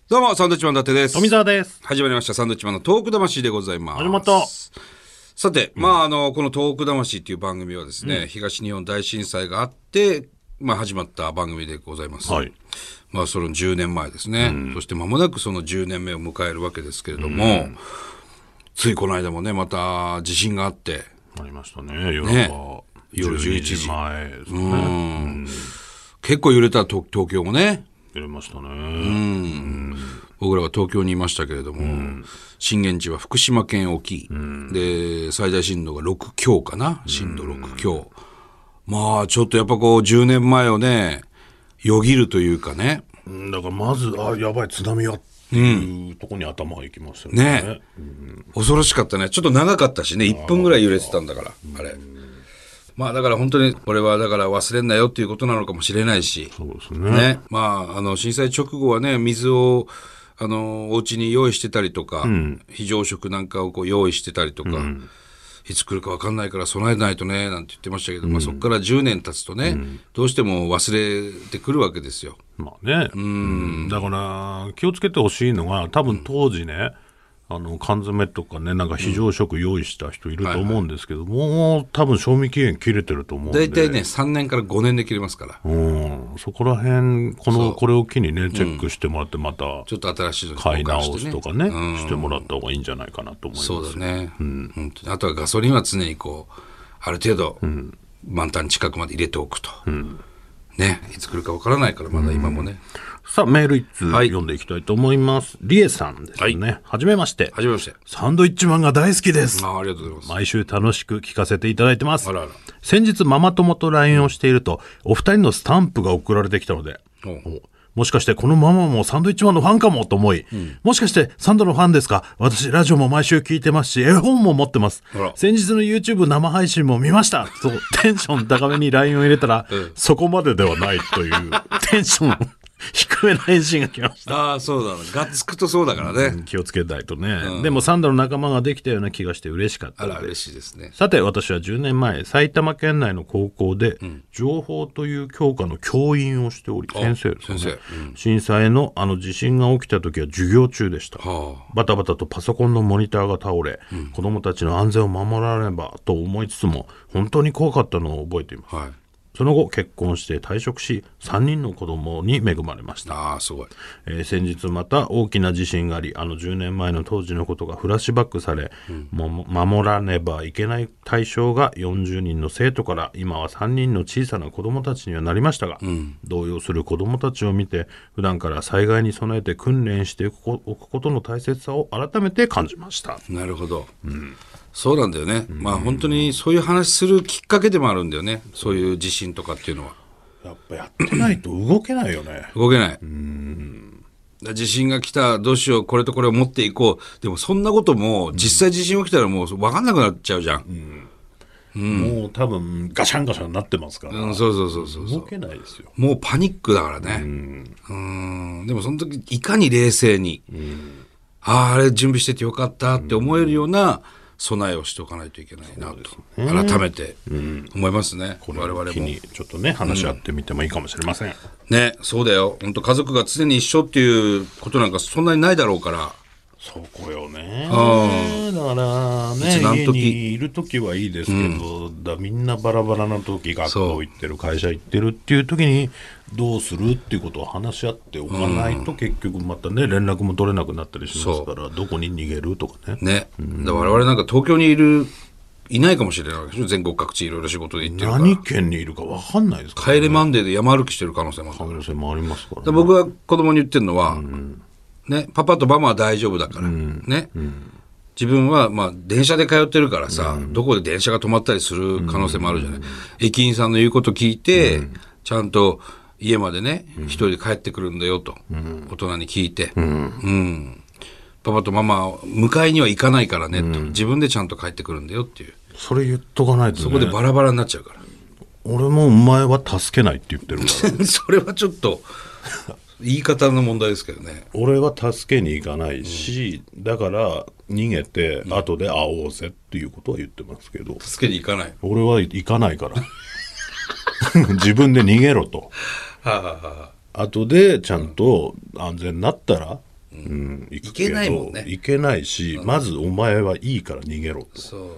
どうもサンドウィッチマン伊達です。 富澤です。 始まりましたサンドウィッチマンのトーク魂でございます。 始まった。 さて、このトーク魂っていう番組はですね、東日本大震災があって、始まった番組でございます。 はい。 その10年前ですね。そして間もなくその10年目を迎えるわけですけれども、ついこの間もね、また地震があって。 ありましたね、夜 11時前ですね。 結構揺れた東京もね。 揺れましたね。 僕らは東京にいましたけれども、震源地は福島県沖、で最大震度が6強かな、震度6強。ちょっとやっぱこう10年前をねよぎるというかね。 だからまずやばい津波はっていうところに頭がいきましたね。 恐ろしかったね。ちょっと長かったしね、1分ぐらい揺れてたんだからあれ。だから本当にこれはだから忘れんなよっていうことなのかもしれないし。 そうですね。 震災直後はね、水をお家に用意してたりとか、非常食なんかをこう用意してたりとか、いつ来るか分かんないから備えないとねなんて言ってましたけど、そこから10年経つとね、どうしても忘れてくるわけですよ。 だから気をつけてほしいのが、多分当時ね、缶詰とかね、なんか非常食用意した人いると思うんですけど、もう多分賞味期限切れてると思うんで、 大体ね3年から5年で切れますから、 そこら辺これを機にねチェックしてもらって、またちょっと新しいのに買い直すとかね、してもらった方がいいんじゃないかなと思います。 そうだね、あとはガソリンは常にこうある程度、満タン近くまで入れておくと、ね、いつ来るかわからないから、まだ今もね。 さあメール1通読んでいきたいと思います。リエさんですね。はじめまして。 はじめまして。 サンドイッチマンが大好きです。 ありがとうございます。 毎週楽しく聞かせていただいてます。 あらあら。 先日ママ友と LINE をしていると、お二人のスタンプが送られてきたので、もしかしてこのママもサンドイッチマンのファンかもと思い、もしかしてサンドのファンですか？私ラジオも毎週聞いてますし、絵本も持ってます。先日の YouTube 生配信も見ましたとテンション高めに LINE を入れたら、そこまでではないというテンション低めな返信が来ました。 そうだね。がっつくとそうだからね。 気をつけたいとね。でもサンドの仲間ができたような気がして嬉しかったです。 嬉しいですね。 さて、私は10年前埼玉県内の高校で、情報という教科の教員をしており、先生ですね。震災の地震が起きた時は授業中でした。バタバタとパソコンのモニターが倒れ、子どもたちの安全を守らねばと思いつつも本当に怖かったのを覚えています。その後結婚して退職し、3人の子供に恵まれました。 すごい。先日また大きな地震があり、10年前の当時のことがフラッシュバックされ、守らねばいけない対象が40人の生徒から今は3人の小さな子供たちにはなりましたが、動揺する子供たちを見て、普段から災害に備えて訓練しておくことの大切さを改めて感じました。 なるほど。そうなんだよね。本当にそういう話するきっかけでもあるんだよね。そういう地震とかっていうのは。 やっぱやってないと動けないよね。 動けない。地震が来た、どうしよう、これとこれを持っていこう。でもそんなことも、実際地震起きたらもう分かんなくなっちゃうじゃん。 もう多分ガシャンガシャンになってますから。 そう動けないですよ。 もうパニックだからね。でもその時いかに冷静に、あれ準備しててよかったって思えるような備えをしておかないといけないなと、改めて思いますね。 我々もちょっとね話し合ってみてもいいかもしれません。 ね、そうだよ。本当家族が常に一緒っていうことなんかそんなにないだろうから。 そこよね。だからね、家にいる時はいいですけど、みんなバラバラな時、学校行ってる、会社行ってるっていう時にどうするっていうことを話し合っておかないと、結局またね連絡も取れなくなったりしますから、どこに逃げるとかね。 だから我々なんか東京にいないかもしれないわけでしょ。全国各地いろいろ仕事で行ってるから。 何県にいるか分かんないですから、 帰れマンデーで山歩きしてる可能性もある。 可能性もありますから、 ね。僕が子供に言ってるのは、パパとママは大丈夫だから、自分は電車で通ってるからさ、どこで電車が止まったりする可能性もあるじゃない。駅員さんの言うこと聞いて、ちゃんと家までね、一人で帰ってくるんだよと、大人に聞いて、パパとママ迎えには行かないからねと、自分でちゃんと帰ってくるんだよっていう。 それ言っとかないとね。 そこでバラバラになっちゃうから。 俺もお前は助けないって言ってるからそれはちょっと言い方の問題ですけどね。 俺は助けに行かないし、だから逃げて後で会おうぜっていうことは言ってますけど、 助けに行かない。 俺は行かないから自分で逃げろと。後でちゃんと安全になったら行くけないもんね。 行けないし、まずお前はいいから逃げろと。 そう。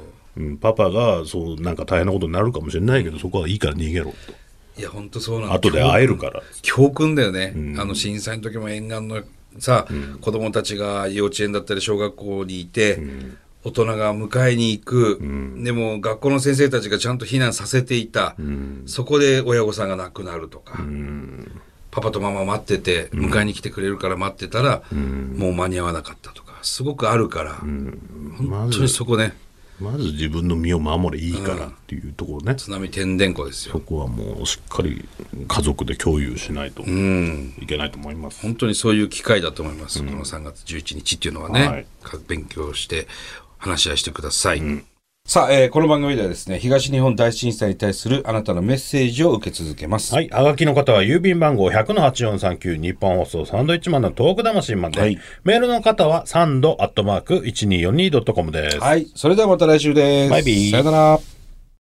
パパがそうなんか大変なことになるかもしれないけど、そこはいいから逃げろと。 いや本当そうなの。 後で会えるから。 教訓だよね。震災の時も沿岸のさ、子供たちが幼稚園だったり小学校にいて、大人が迎えに行く、でも学校の先生たちがちゃんと避難させていた、そこで親御さんが亡くなるとか、パパとママ待ってて迎えに来てくれるから待ってたら、もう間に合わなかったとかすごくあるから、本当にそこね、 まず自分の身を守れいいからっていうところね、 津波てんでんこですよ。 そこはもうしっかり家族で共有しないといけないと思います。 本当にそういう機会だと思います、この3月11日っていうのはね、勉強して話し合いしてください。さあ、この番組ではですね、東日本大震災に対するあなたのメッセージを受け続けます。 はい。はがきの方は郵便番号 100-8439 日本放送サンドイッチマンのトーク魂まで。メールの方はサンド@1242.comです。 はい。それではまた来週です。 バイビー。 さよなら。